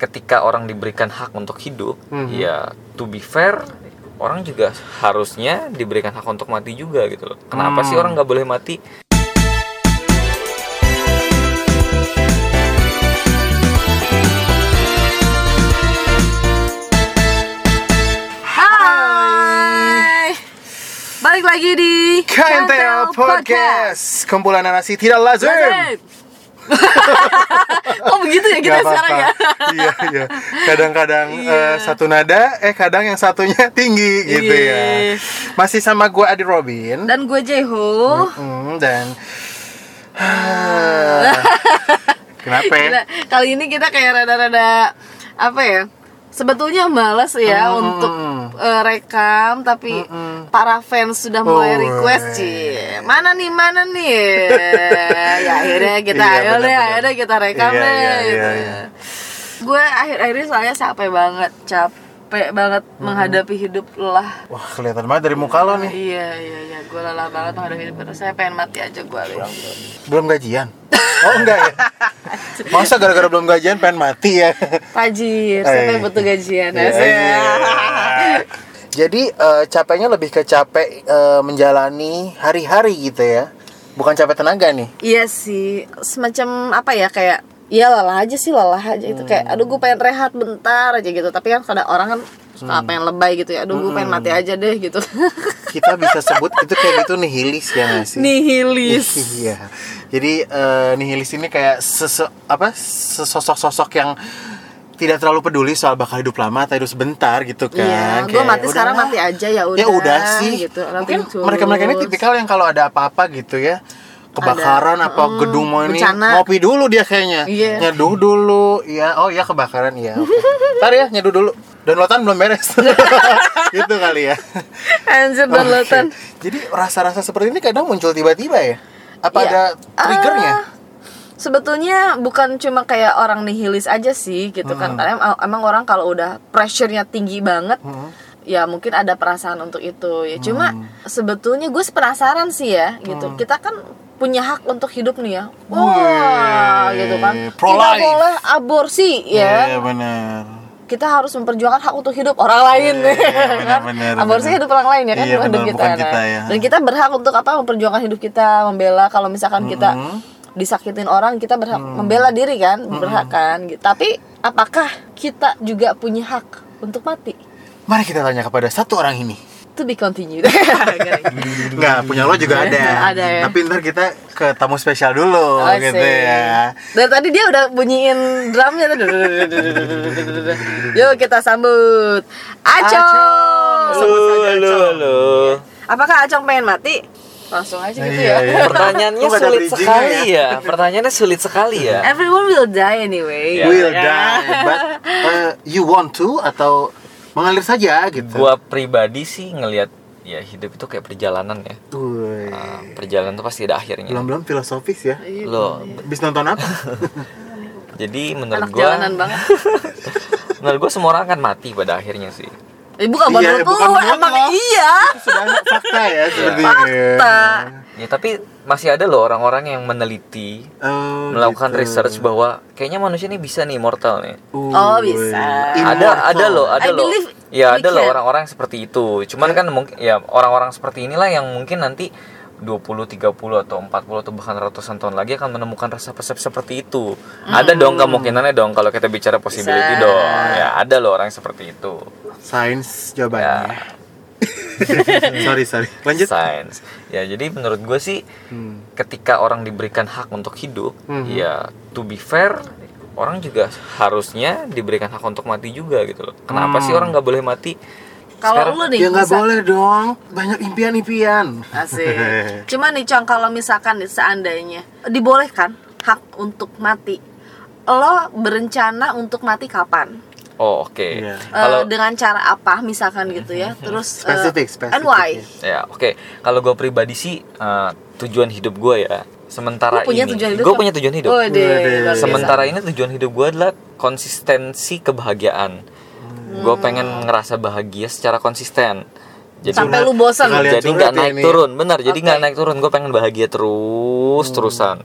ketika orang diberikan hak untuk hidup, ya to be fair, orang juga harusnya diberikan hak untuk mati juga gitu loh. Kenapa sih orang nggak boleh mati? Hai, balik lagi di KNTL Podcast, kumpulan narasi tidak lazim. Oh begitu ya kita sekarang ya. Iya. Kadang-kadang satu nada, kadang yang satunya tinggi gitu ya. Masih sama gue Adi Robin dan gue Jeho. Dan kenapa ya? Kali ini kita kayak rada-rada apa ya? Sebetulnya malas ya untuk rekam, tapi para fans sudah mulai request sih. Mana nih? Ya akhirnya kita akhirnya kita rekam deh. Gitu. Gue akhir-akhir ini soalnya capek banget menghadapi hidup lelah. Wah, kelihatan banget dari muka lo nih. Iya, gue lelah banget menghadapi hidup lelah. Saya pengen mati aja gue. Belum gajian? Oh enggak ya? Masa gara-gara belum gajian pengen mati ya? Tajir, saya butuh gajian. Jadi capeknya lebih ke capek menjalani hari-hari gitu ya, bukan capek tenaga nih. Iya sih, semacam apa ya, kayak ya lelah aja itu kayak aduh gue pengen rehat bentar aja gitu. Tapi kan kadang orang kan suka pengen lebay gitu ya, aduh gue pengen mati aja deh gitu. Kita bisa sebut itu kayak gitu nihilis ya nggak sih? Nihilis. Iya. Jadi nihilis ini kayak sosok-sosok yang tidak terlalu peduli soal bakal hidup lama atau hidup sebentar gitu kan. Iya, gue mati sekarang mati aja ya udah. Ya udah sih. Gitu. Mungkin mereka ini tipikal yang kalau ada apa-apa gitu ya, kebakaran apa gedung mau ini bencana. Ngopi dulu dia kayaknya. Nyeduh dulu. Iya, oh iya kebakaran ya. Okay. Ntar ya nyeduh dulu. Downloadan belum beres. Gitu kali ya. Anjir downloadan. Jadi rasa-rasa seperti ini kadang muncul tiba-tiba ya. Apa ada triggernya? Sebetulnya bukan cuma kayak orang nihilis aja sih gitu kan. Karena emang orang kalau udah pressure-nya tinggi banget, ya mungkin ada perasaan untuk itu ya. Cuma sebetulnya gue penasaran sih ya gitu. Kita kan punya hak untuk hidup nih ya. Wah, gitu kan. Kita boleh aborsi ya. Iya benar. Kita harus memperjuangkan hak untuk hidup orang lain, benar. Aborsi hidup orang lain ya kan, bukan hidup kita. Ya. Dan kita berhak untuk memperjuangkan hidup kita, membela kalau misalkan kita disakitin orang, kita berhak membela diri kan, berhak kan. Gitu. Tapi apakah kita juga punya hak untuk mati? Mari kita tanya kepada satu orang ini. To be continued. Nggak, punya lo juga ada. Ada ya. Tapi ntar kita ke tamu spesial dulu gitu ya. Dan tadi dia udah bunyiin drumnya. Yuk kita sambut Acong. Halo. Apakah Acong pengen mati? Langsung aja gitu ya. Pertanyaannya sulit sekali ya. Everyone will die anyway. Will die, but you want to atau mengalir saja gitu. Gua pribadi sih ngelihat ya hidup itu kayak perjalanan ya. Perjalanan tuh pasti ada akhirnya. Belum filosofis ya. Lo habis nonton apa? Jadi menurut anak gua jalanan banget. menurut gua semua orang akan mati pada akhirnya sih. Bukan menurut lu, emang iya. Sudah fakta ya seperti fakta. Ya tapi masih ada loh orang-orang yang meneliti, melakukan research bahwa kayaknya manusia ini bisa nih immortal nih. Bisa. Ada loh. Ya ada loh can. orang-orang seperti itu. Cuman kan mungkin ya orang-orang seperti inilah yang mungkin nanti 20, 30 atau 40 atau bahkan ratusan tahun lagi akan menemukan rasa seperti itu. Ada dong kemungkinannya dong kalau kita bicara possibility dong. Ya ada loh orang yang seperti itu. Sains jawabannya. Sorry. Lanjut. Sains. Ya jadi menurut gue sih ketika orang diberikan hak untuk hidup, ya to be fair, orang juga harusnya diberikan hak untuk mati juga gitu loh. Kenapa sih orang nggak boleh mati? Kalau lu nih ya nggak boleh dong, banyak impian. Asik. Cuma nih Cong, kalau misalkan seandainya dibolehkan hak untuk mati, lo berencana untuk mati kapan? Oh oke. Kalau dengan cara apa misalkan gitu ya, terus spesifik. And why? Ya oke. Kalau gue pribadi sih tujuan hidup gue ya. Sementara gue punya tujuan hidup. Sementara ini tujuan hidup gue adalah konsistensi kebahagiaan. Gue pengen ngerasa bahagia secara konsisten. Jadi sampai lu bosan. Jadi nggak naik turun, benar. Jadi nggak naik turun. Gue pengen bahagia terusan.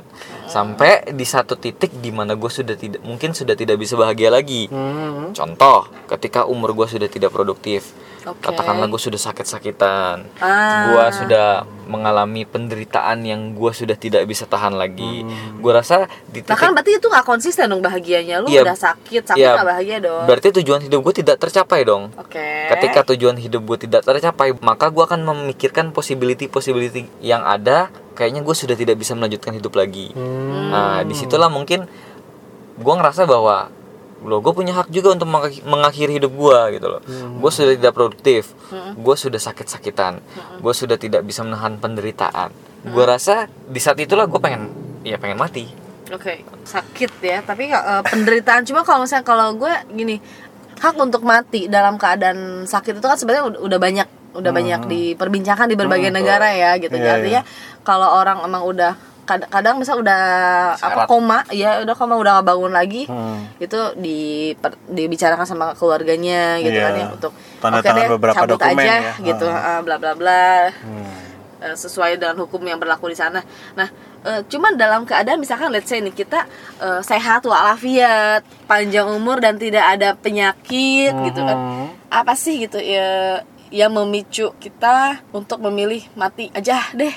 Sampai di satu titik di mana gue sudah tidak bisa bahagia lagi. Contoh, ketika umur gue sudah tidak produktif. Katakanlah gue sudah sakit-sakitan, gue sudah mengalami penderitaan yang gue sudah tidak bisa tahan lagi. Gue rasa di titik, nah kan berarti itu nggak konsisten dong bahagianya. Lu udah sakit nggak bahagia dong. Berarti tujuan hidup gue tidak tercapai dong. Ketika tujuan hidup gue tidak tercapai, maka gue akan memikirkan possibility yang ada. Kayaknya gue sudah tidak bisa melanjutkan hidup lagi. Nah disitulah mungkin gue ngerasa bahwa gue punya hak juga untuk mengakhiri hidup gue gitu loh. Gue sudah tidak produktif, gue sudah sakit-sakitan, gue sudah tidak bisa menahan penderitaan. Gue rasa di saat itulah gue pengen mati. Sakit ya, tapi penderitaan. Cuma kalau misalnya kalau gue gini, hak untuk mati dalam keadaan sakit itu kan sebenarnya udah banyak diperbincangkan di berbagai negara ya gitu. Artinya kalau orang emang udah kadang misal udah koma udah gak bangun lagi, itu dibicarakan sama keluarganya gitu kan ya, untuk tanda tangan beberapa cabut dokumen aja ya. gitu, bla bla bla, sesuai dengan hukum yang berlaku di sana. Nah cuman dalam keadaan misalkan let's say nih kita sehat walafiat, panjang umur dan tidak ada penyakit gitu kan, apa sih gitu ya yang memicu kita untuk memilih mati aja deh.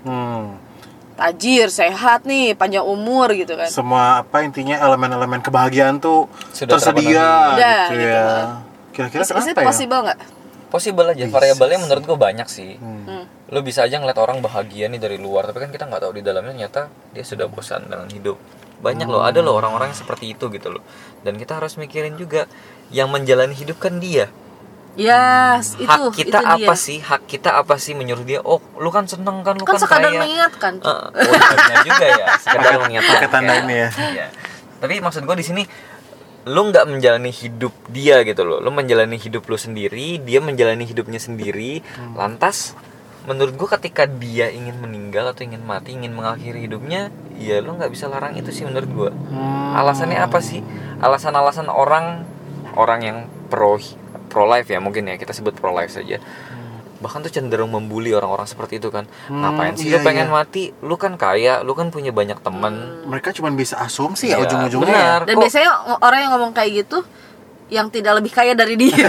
Tajir, sehat nih, panjang umur gitu kan. Semua intinya elemen-elemen kebahagiaan tuh sudah tersedia gitu gitu ya. kan. Kira-kira Is it kenapa ya? possible nggak? Possible aja, variabelnya menurut gue banyak sih. Lo bisa aja ngeliat orang bahagia nih dari luar, tapi kan kita nggak tahu di dalamnya ternyata dia sudah bosan dengan hidup. Banyak loh, ada loh orang-orang yang seperti itu gitu loh. Dan kita harus mikirin juga yang menjalani hidup kan dia. Hak kita apa sih menyuruh dia, oh lu kan seneng kan, lu kan sekadar kaya. mengingatkan. Benar juga ya, sekadar mengingatkan. Pakai tanda ini ya. Iya. Tapi maksud gue di sini lu nggak menjalani hidup dia gitu loh, lu menjalani hidup lu sendiri, dia menjalani hidupnya sendiri. Lantas menurut gue ketika dia ingin meninggal atau ingin mati, ingin mengakhiri hidupnya, ya lu nggak bisa larang itu sih menurut gue. Alasannya apa sih? Alasan-alasan orang yang pro life ya, mungkin ya kita sebut pro life saja. Bahkan tuh cenderung membuli orang-orang seperti itu kan. Ngapain sih lu pengen mati? Lu kan kaya, lu kan punya banyak teman. Mereka cuma bisa asumsi ya ujung-ujungnya. Benar. Dan biasanya orang yang ngomong kayak gitu yang tidak lebih kaya dari dia.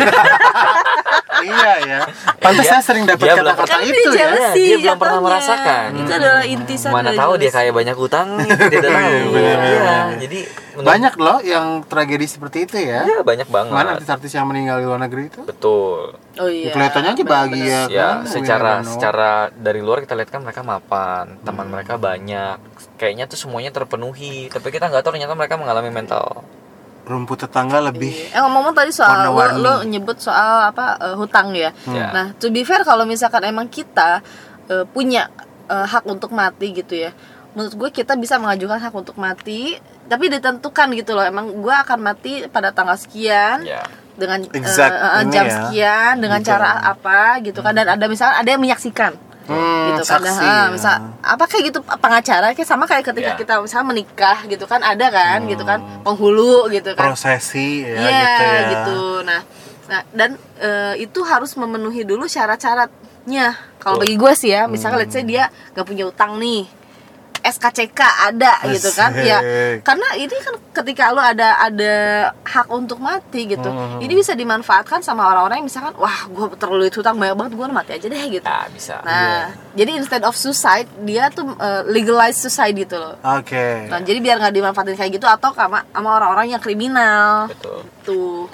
Iya ya. Pantas saya sering dapat kata-kata itu ya. Dia belum pernah merasakan. Itu adalah intisan. Mana tahu dia kaya banyak utang, tidak tahu. Iya, jadi banyak loh yang tragedi seperti itu ya. Iya, banyak banget. Mana artis-artis yang meninggal di luar negeri itu? Betul. Oh iya. Kelihatannya aja bahagia Ya, kan. secara dari luar kita lihat kan mereka mapan, teman mereka banyak. Kayaknya tuh semuanya terpenuhi, tapi kita nggak tahu ternyata mereka mengalami mental. Rumput tetangga lebih. Ngomong tadi soal warna-warni. lo nyebut soal hutang ya. Nah, to be fair kalau misalkan emang kita punya hak untuk mati gitu ya. Menurut gue kita bisa mengajukan hak untuk mati, tapi ditentukan gitu loh. Emang gue akan mati pada tanggal sekian. Dengan jam sekian, dengan cara apa gitu kan, dan ada misalnya ada yang menyaksikan. Gitu kan, misal apa kayak gitu, pengacara kayak sama kayak ketika kita misalnya menikah gitu kan, ada kan gitu kan, penghulu gitu kan, prosesi ya, gitu. Nah dan itu harus memenuhi dulu syarat-syaratnya kalau bagi gue sih ya. Misalnya let's say dia gak punya utang nih, SKCK ada gitu kan ya, karena ini kan ketika lu ada hak untuk mati gitu, ini bisa dimanfaatkan sama orang-orang yang misalkan, wah gue terlalu hutang banyak banget, gue mati aja deh gitu. Bisa. Nah jadi instead of suicide dia tuh legalize suicide gitu loh. Nah jadi biar nggak dimanfaatin kayak gitu, atau sama orang-orang yang kriminal. Betul. Tuh.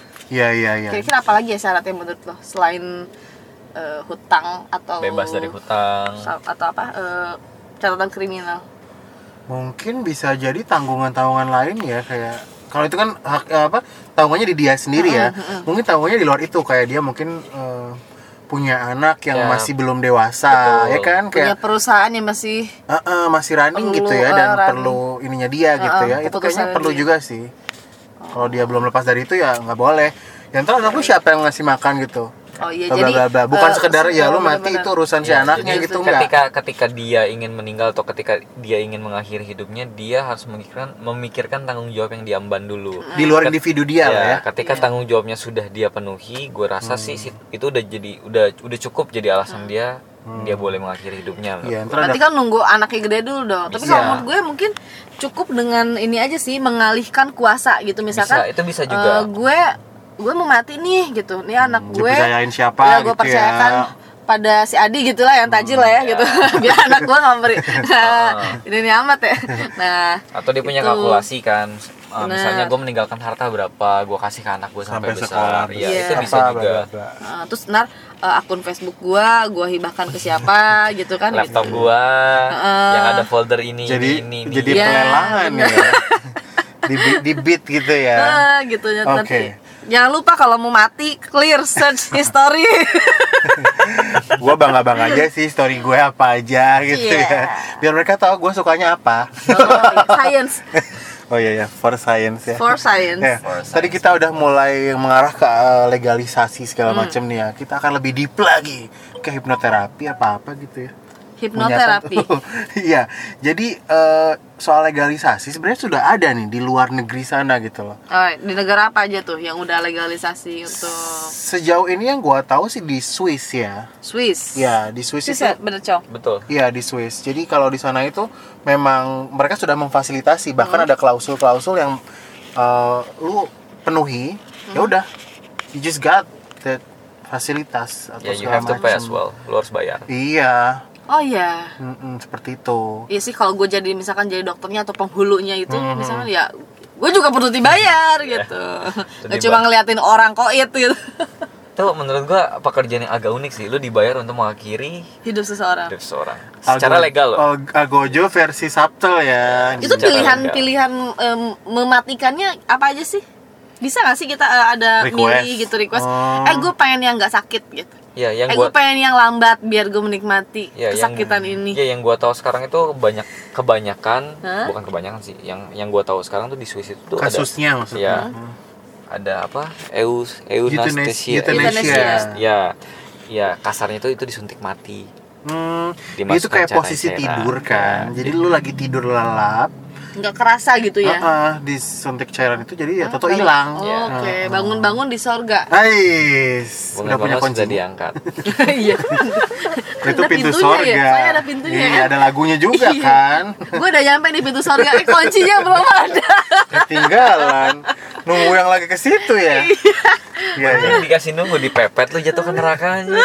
Iya. Kira-kira apa lagi ya syaratnya menurut lo selain hutang atau bebas dari hutang atau apa catatan kriminal? Mungkin bisa jadi tanggungan-tanggungan lain ya, kayak kalau itu kan hak tanggungannya di dia sendiri ya. Mungkin tanggungannya di luar itu, kayak dia mungkin punya anak yang masih belum dewasa. Betul. Ya kan, kayak punya perusahaan yang masih running gitu ya, dan perlu ininya dia gitu ya. Itu kayaknya perlu juga sih. Kalau dia belum lepas dari itu ya nggak boleh. Yang tahu anak lu siapa yang ngasih makan gitu. Oh iya, jadi bukan sekedar ya lu mati itu urusan si anaknya gitu, enggak. Ketika dia ingin meninggal atau ketika dia ingin mengakhiri hidupnya, dia harus memikirkan tanggung jawab yang diemban dulu. Di luar individu dia lah ya. Ketika tanggung jawabnya sudah dia penuhi, gue rasa sih itu udah cukup jadi alasan dia dia boleh mengakhiri hidupnya. Iya, Berarti kan nunggu anaknya gede dulu dong. Tapi kalau menurut gue mungkin cukup dengan ini aja sih, mengalihkan kuasa gitu. Misalkan itu bisa juga. Gue mau mati nih gitu. Nih anak gue. Dipercayain siapa ya, gitu gue percayakan pada si Adi gitu lah yang tajir lah ya gitu. Biar anak gue nggak beri. Ini amat ya. Nah. Atau dia punya kalkulasi kan. Misalnya gue meninggalkan harta berapa, gue kasih ke anak gue sampai besar. Iya, itu bisa juga. Terus ntar akun Facebook gue hibahkan ke siapa gitu kan. Laptop gitu. gue yang ada folder ini. Jadi Ya, pelelangan ya. Di beat gitu ya. Gitu ya. Nanti jangan lupa kalau mau mati clear search history. Gue bangga aja sih story gue apa aja gitu ya. Biar mereka tahu gue sukanya apa. Science. Oh iya ya, for science ya. For science. Ya, tadi kita udah mulai mengarah ke legalisasi segala macam nih ya. Kita akan lebih deep lagi ke hipnoterapi apa gitu ya. Hipnoterapi. Iya. Jadi soal legalisasi sebenarnya sudah ada nih di luar negeri sana gitu loh. Oh, di negara apa aja tuh yang udah legalisasi untuk Sejauh ini yang gua tahu sih di Swiss ya. Swiss? Ya, di Swiss itu. Bener, Cong? Betul. Iya, di Swiss. Jadi kalau di sana itu memang mereka sudah memfasilitasi, bahkan ada klausul-klausul yang lu penuhi, ya udah, you just got that fasilitas atau You have to pay as well. Lu harus bayar. Iya. Oh iya. Seperti itu. Iya sih, kalau gue jadi misalkan jadi dokternya atau penghulunya itu, misalkan ya gue juga perlu dibayar gitu. Gak cuma ngeliatin orang koit gitu. Itu menurut gua pekerjaan yang agak unik sih. Lu dibayar untuk mengakhiri Hidup seseorang. Secara legal loh. Agojo versi Sabtel ya. Itu pilihan mematikannya apa aja sih? Bisa gak sih kita ada milih gitu request? Gue pengen yang gak sakit gitu. Ya, gue pengen yang lambat biar gue menikmati kesakitan ini. Ya, yang gue tahu sekarang itu kebanyakan, bukan kebanyakan sih. Yang gue tahu sekarang tuh di Swiss itu tuh kasusnya maksudnya. Ada apa? Euthanasia. Ya, kasarnya itu disuntik mati. Itu kayak posisi tidur kan. Jadi lu lagi tidur lelap, nggak kerasa gitu ya. Disuntik cairan itu jadi ya toto hilang. Oke, bangun-bangun di sorga. Udah punya kunci. Sudah diangkat. Iya. Itu pintu sorga. Ya? Saya ada pintunya. Iya, ada lagunya juga kan. Gue udah nyampe di pintu sorga, kuncinya belum ada. Ketinggalan. Nunggu yang lagi ke situ ya. Iya. Dikasih nunggu, dipepet lu jatuh ke nerakanya.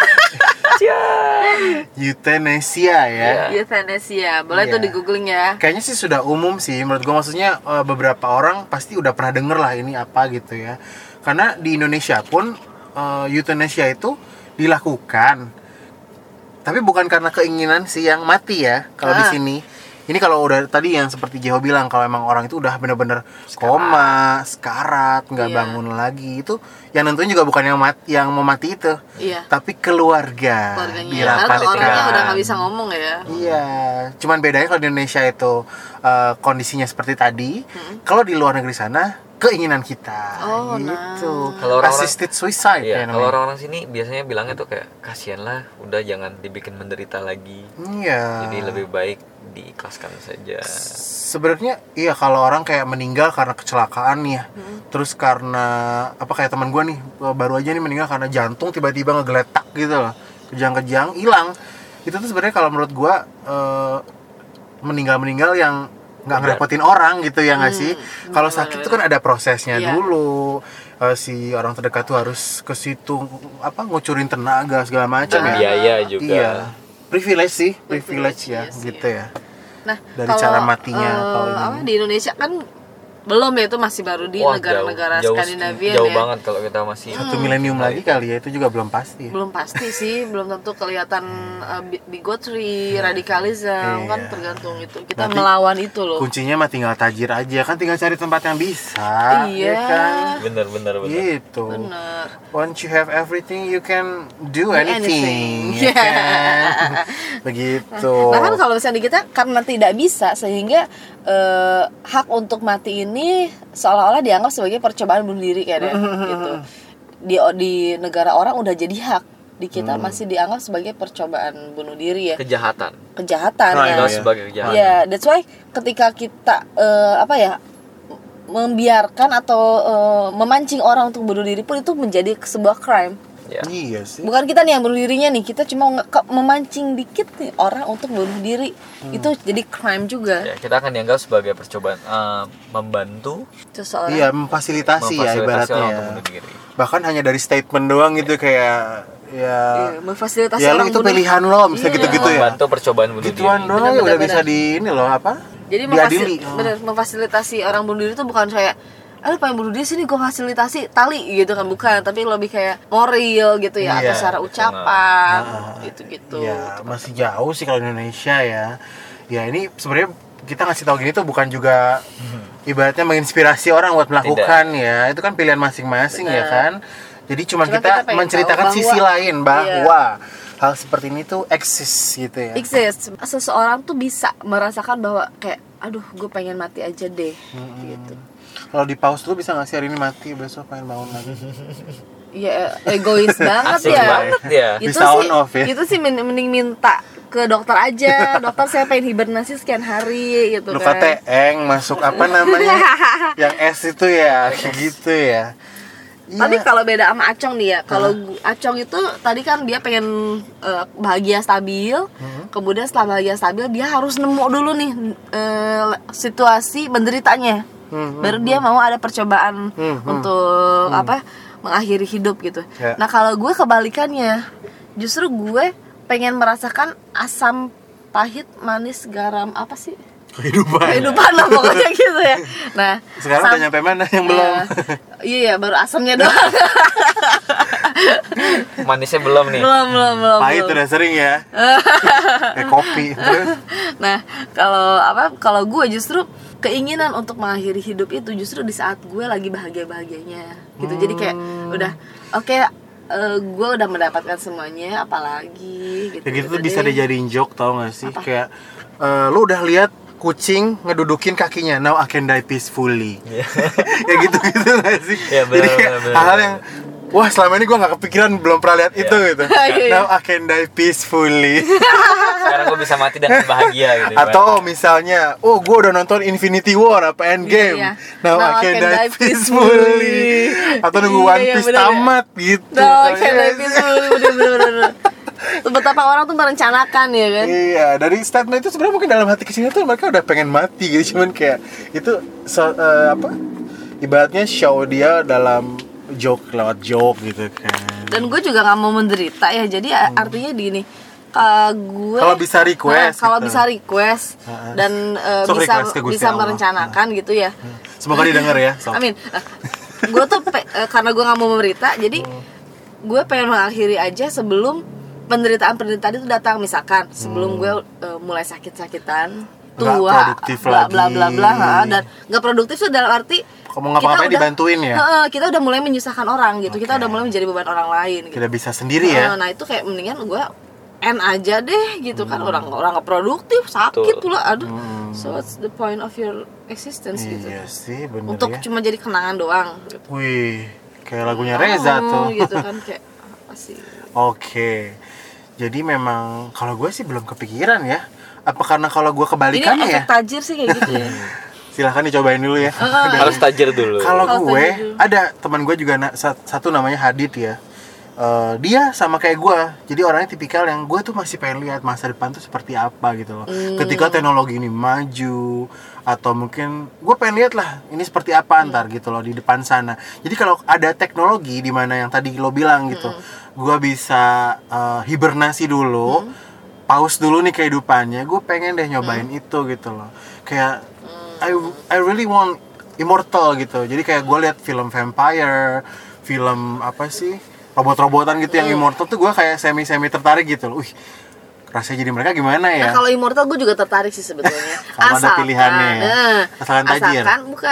Euthanasia ya. Euthanasia. Boleh tuh di googling ya. Kayaknya sih sudah umum sih menurut gue, maksudnya beberapa orang pasti udah pernah denger lah ini apa gitu ya. Karena di Indonesia pun euthanasia itu dilakukan. Tapi bukan karena keinginan si yang mati ya kalau di sini. Ini kalau udah tadi yang seperti Jeho bilang, kalau emang orang itu udah bener-bener koma, sekarat, nggak bangun lagi, itu yang nentuin juga bukan yang mau mati itu, tapi keluarganya. Orangnya udah nggak bisa ngomong ya. Iya, cuman bedanya kalau di Indonesia itu kondisinya seperti tadi, kalau di luar negeri sana keinginan kita, gitu. Kalau assisted suicide. Iya, kalau orang-orang sini biasanya bilangnya tuh kayak kasihan lah, udah jangan dibikin menderita lagi. Iya. Jadi lebih baik diikhlaskan saja. Sebenarnya iya, kalau orang kayak meninggal karena kecelakaan nih ya, terus karena apa, kayak teman gue nih baru aja nih meninggal karena jantung tiba-tiba ngegeletak gitu loh, kejang-kejang hilang. Itu tuh sebenarnya kalau menurut gue meninggal yang nggak ngerepotin orang gitu ya nggak sih. Kalau sakit tuh kan ada prosesnya dulu. Si orang terdekat tuh harus ke situ ngucurin tenaga segala macam ya. Biaya juga. Iya. Privilege ya gitu ya. Nah, dari cara matinya di Indonesia kan belum ya, itu masih baru di negara-negara Skandinavia jauh banget kalau kita masih 1 milenium lagi kali ya, itu juga belum pasti. Belum pasti sih, belum tentu kelihatan bigotry, radikalisme kan tergantung itu. Kita nanti melawan itu loh. Kuncinya mah tinggal tajir aja, kan tinggal cari tempat yang bisa. Iya. Ya kan? Bener. Gitu. Bener. Once you have everything, you can do anything. Ya kan? Begitu. Bahkan kalau misalnya kita karena tidak bisa, sehingga hak untuk mati ini seolah-olah dianggap sebagai percobaan bunuh diri kayaknya gitu. Di negara orang udah jadi hak, di kita masih dianggap sebagai percobaan bunuh diri ya. Kejahatan ya. Sebagai kejahatan. Ya, that's why ketika kita membiarkan atau memancing orang untuk bunuh diri pun itu menjadi sebuah crime. Ya. Iya sih. Bukan kita nih yang bunuh dirinya nih, kita cuma memancing dikit nih orang untuk bunuh diri. Itu jadi crime juga. Ya, kita akan dianggap sebagai percobaan membantu Seseorang. Iya, memfasilitasi ya ibaratnya. orang Ya. untuk bunuh diri. Bahkan hanya dari statement doang gitu kayak ya memfasilitasi ya lu orang itu bunuh. pilihan lo, misalnya gitu-gitu ya. Membantu percobaan bunuh Gituan diri. doang ya udah Benar-benar. bisa di ini loh apa? Jadi diadili. memfasilitasi orang bunuh diri itu bukan kayak lu pengen bunuh diri sini gue fasilitasi tali gitu kan, bukan, tapi lebih kayak moral gitu ya, Iya, atau secara ucapan gitu-gitu. Ya masih jauh sih kalau Indonesia ya. Ya ini sebenarnya kita ngasih tahu gini tuh bukan juga ibaratnya menginspirasi orang buat melakukan ya. Itu kan pilihan masing-masing ya kan. Jadi cuma kita pengen menceritakan tahu sisi lain bahwa Iya. hal seperti ini tuh eksis gitu ya. Exist. Seseorang tuh bisa merasakan bahwa kayak aduh gue pengen mati aja deh gitu. Kalau di pause dulu bisa nggak sih hari ini mati, besok pengen bangun lagi. Ya egois banget Asik ya. banget ya. Itu Bisa sih, on off ya. itu sih mending minta ke dokter aja. Dokter saya pengen hibernasi sekian hari gitu Luka kan. teeng masuk apa namanya? Yang es itu ya, kayak gitu ya. Tapi kalau beda sama Acong nih ya, kalau Acong itu tadi kan dia pengen bahagia stabil, kemudian setelah bahagia stabil dia harus nemu dulu nih situasi menderitanya, baru dia mau ada percobaan untuk mengakhiri hidup gitu. Ya. Nah kalau gue kebalikannya, justru gue pengen merasakan asam, pahit, manis, garam apa sih? Kehidupan lah pokoknya gitu ya. Nah Sekarang udah nyampe mana yang belum? Iya baru asamnya doang. Manisnya belum nih. belum. Pahit udah sering ya. Kayak kopi. Nah kalau gue justru keinginan untuk mengakhiri hidup itu justru di saat gue lagi bahagianya gitu. Jadi kayak udah oke, gue udah mendapatkan semuanya, apalagi gitu. Ya gitu tuh Udah bisa deh. dijadiin joke, tau gak sih? Apa? Kayak lu udah lihat kucing ngedudukin kakinya, now I can die peacefully. Ya gitu-gitu gak sih? Ya, bener, Jadi kayak bener. hal-hal yang wah selama ini gue gak kepikiran, belum pernah lihat itu gitu. Iya. Now I can die peacefully. Sekarang gue bisa mati dengan bahagia gitu. Atau misalnya, oh gue udah nonton Infinity War apa Endgame, Iya. now I can die peacefully. Atau nunggu One Iya, Piece bener, tamat gitu. Now I can Iya die sih. peacefully, bener. Betapa orang tuh merencanakan ya kan. Iya, dari statement itu sebenarnya mungkin dalam hati kecilnya tuh mereka udah pengen mati gitu, cuman kayak itu ibaratnya show dia dalam lewat joke gitu kan. Dan gue juga nggak mau menderita ya, jadi artinya gini, gue Kalau bisa request kalau gitu. bisa request dan Sok bisa request ke Gusti bisa Allah. merencanakan gitu ya. Semoga didengar ya. Sok. Amin. Gue tuh karena gue nggak mau menderita, jadi gue pengen mengakhiri aja sebelum penderitaan itu datang. Misalkan sebelum gue mulai sakit-sakitan, Nggak tua, produktif bla bla lagi. bla bla, dan nggak produktif tuh dalam arti Kamu ngapa-ngapain kita udah- dibantuin ya? kita udah mulai menyusahkan orang gitu. Kita Oke. udah mulai menjadi beban orang lain gitu. Tidak bisa sendiri ya. Nah itu kayak mendingan gue end aja deh gitu kan. Orang nggak produktif, sakit Betul. pula, aduh. So what's the point of your existence gitu? Iya sih, bener Untuk ya. cuma jadi kenangan doang gitu. Wih, kayak lagunya Reza tuh. Gitu kan, kayak apa sih? Oke. Jadi memang kalau gue sih belum kepikiran ya. Apa karena kalau gue Ini kebalikannya ya? efek tajir sih kayak gitu ya. Silahkan dicobain dulu ya. Harus tajir dulu. Kalau Harus gue tajir dulu. ada teman gue juga satu namanya Hadid ya. Dia sama kayak gue, jadi orangnya tipikal yang gue tuh masih pengen lihat masa depan tuh seperti apa gitu loh. Ketika teknologi ini maju, atau mungkin gue pengen lihat lah ini seperti apa ntar gitu loh di depan sana. Jadi kalau ada teknologi di mana yang tadi lo bilang gitu, gue bisa hibernasi dulu, pause dulu nih kehidupannya. Gue pengen deh nyobain itu gitu loh. Kayak I really want immortal gitu. Jadi kayak gue lihat film vampire, film apa sih, robot-robotan gitu yang immortal tuh gue kayak semi tertarik gitu loh. Rasanya jadi mereka gimana ya? Nah kalau immortal gue juga tertarik sih sebetulnya. Kalau ada pilihannya ya. Asalkan tajir.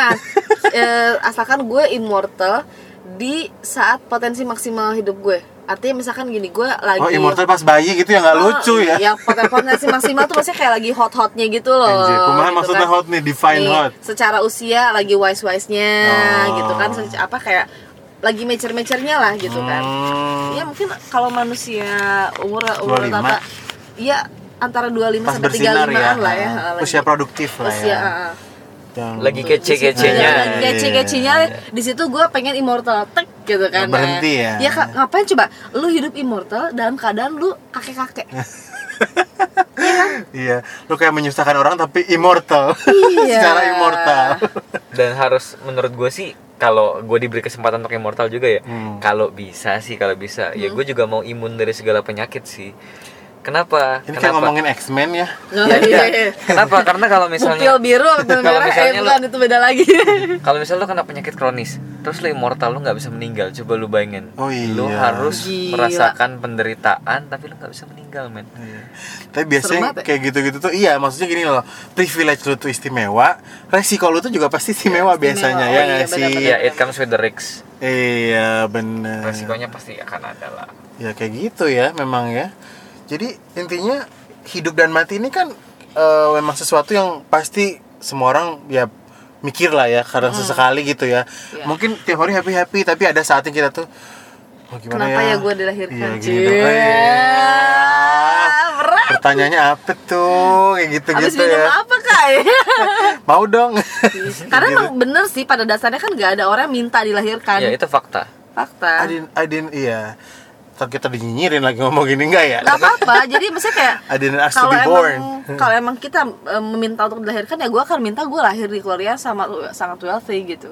Asalkan gue immortal di saat potensi maksimal hidup gue. Artinya misalkan gini, gue lagi Oh immortal pas bayi gitu ya nggak lucu ya? Ya potensi maksimal tuh maksudnya kayak lagi hot-hotnya gitu loh. Anjir, kumaha gitu maksudnya kan. hot nih, define Nih, hot. Secara usia lagi wise-wise-nya gitu kan, Oh. apa kayak lagi mature-mature-nya lah gitu kan. Ya mungkin kalau manusia umur 25. rata ya antara 25 Pas sampai bersinar 35-an ya. lah ya. Usia produktif lah Usia, ya. Lagi kece-kecenya. Lagi kece-kecenya di situ gue pengen immortal. Tek gitu kan. Berhenti ya. Ya ngapain coba lu hidup immortal dalam keadaan lu kakek-kakek. Iya, lu kayak menyusahkan orang tapi immortal. Iya. Secara immortal. Dan harus menurut gue sih kalau gue diberi kesempatan untuk immortal juga ya, kalau bisa ya gue juga mau imun dari segala penyakit sih. Kenapa? Ini kayak ngomongin X-Men ya. Oh, iya. Kenapa? Karena kalau misalnya Pil biru, pil kalau merah, misalnya bukan itu beda lagi. kalau misalnya lu kena penyakit kronis, terus lu immortal, lu nggak bisa meninggal. Coba lu bayangin. Oh, iya. Lu harus Gila. merasakan penderitaan, tapi lu nggak bisa meninggal, men. Iya. Tapi biasanya banget ya? kayak gitu-gitu tuh, iya, maksudnya gini loh, privilege lu tuh istimewa, resiko lu tuh juga pasti istimewa biasanya, Oh, ya iya, nggak sih? benar-benar. Iya, it comes with the risks. Iya, bener. Resikonya pasti akan ada lah. Ya kayak gitu ya, memang ya. Jadi intinya hidup dan mati ini kan memang sesuatu yang pasti semua orang ya mikir lah ya, kadang sesekali gitu ya. Iya. Mungkin tiap hari happy tapi ada saatnya kita tuh, oh, gimana Kenapa ya gue dilahirkan? Iya, Cie. gini dong. Iya. Berat. Pertanyaannya apa tuh? Kayak Habis gitu-gitu minum ya. apa kak? Mau dong. Karena emang bener sih pada dasarnya kan gak ada orang yang minta dilahirkan. Ya itu fakta. Fakta. Adin iya. Ntar kita dinyinyirin lagi ngomong gini enggak ya? Gak apa-apa. Jadi maksudnya kayak I didn't ask to be born. kalau emang kita meminta untuk dilahirkan, ya gue akan minta gue lahir di keluarga sangat wealthy gitu.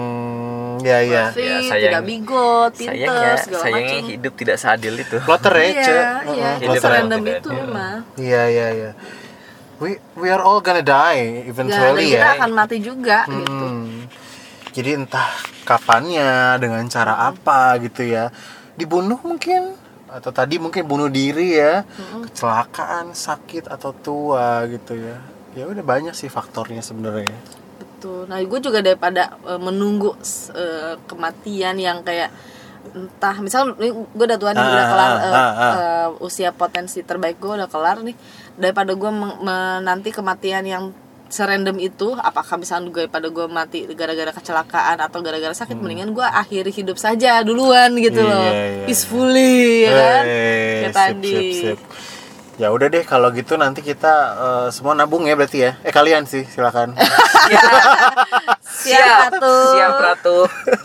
Ya ya. Wealthy, Ya, sayang- tidak bigot, pinter, segala sayangnya macam. hidup tidak seadil itu. Kloter ya, Ce. Iya, Hidup serandom tidak itu adil. memang. Iya. We are all gonna die Dan eventually kita ya. akan mati juga gitu. Jadi entah kapannya, dengan cara apa gitu ya. Dibunuh mungkin, atau tadi mungkin bunuh diri ya. Kecelakaan, sakit atau tua gitu ya. Ya udah banyak sih faktornya sebenarnya. Betul. Nah, gue juga daripada menunggu kematian yang kayak entah, misal gue udah tua nih, udah kelar usia potensi terbaik gue udah kelar nih, daripada gue menanti kematian yang serandom itu, apakah misalnya daripada gue mati gara-gara kecelakaan atau gara-gara sakit, mendingan gue akhiri hidup saja duluan gitu loh, Iya. peacefully ya kan, kayak Sip, tadi. sip. Ya udah deh kalau gitu nanti kita semua nabung ya berarti ya. Kalian sih silakan. Siap Ratu. Siap Ratu.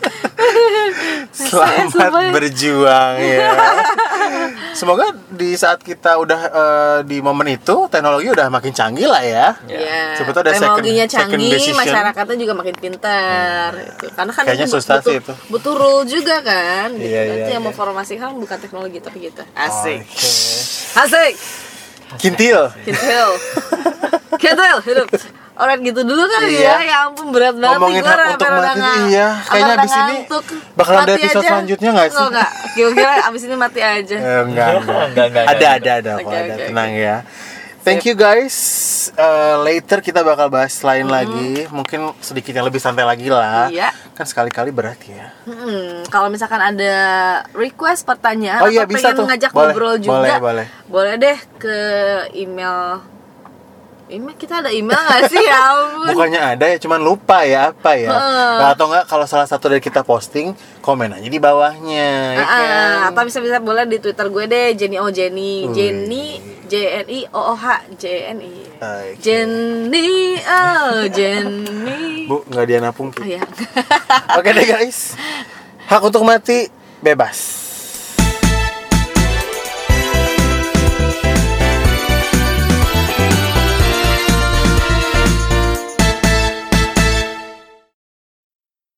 Selamat berjuang ya. Semoga di saat kita udah di momen itu teknologi udah makin canggih lah ya. Ya, Siapa tahu ada teknologinya second canggih, decision. masyarakatnya juga makin pintar. Gitu. Karena kan Kayaknya itu susah sih itu. butuh rule juga kan. Gitu. Iya, Nanti iya, yang iya. memformasikan bukan teknologi tapi kita. Asik. Oke. Asik. Kintil. Kintil. Kintil hidup. Alright gitu dulu kali Iya. ya. Ya ampun berat banget Ngomongin nih, gua hak untuk rada mati, ngang- iya. Kayaknya rada abis ini ngantuk. bakalan ada Mati episode aja. selanjutnya nggak sih? Enggak. Kira-kira abis ini mati aja. Enggak. Enggak. Ada kok, Oke, ada. oke, Tenang ya. Thank you guys. Later kita bakal bahas lain lagi. Mungkin sedikit yang lebih santai lagi lah. Iya. Kan sekali-kali berat ya. Kalau misalkan ada request pertanyaan Oh iya, atau bisa pengen tuh. ngajak Boleh, ngobrol juga, boleh. deh ke email. Email kita ada email nggak sih, ya ampun? Bukannya ada ya, cuman lupa ya apa ya. Atau enggak kalau salah satu dari kita posting, komen aja di bawahnya. Ya kan? Atau bisa boleh di Twitter gue deh, Jenny O Jenny, Jenny JNI OOH JNI. Oke. Jenny oh Jenny. Bu, nggak dia napung. Oh, ya. Oke deh guys. Hak untuk mati bebas.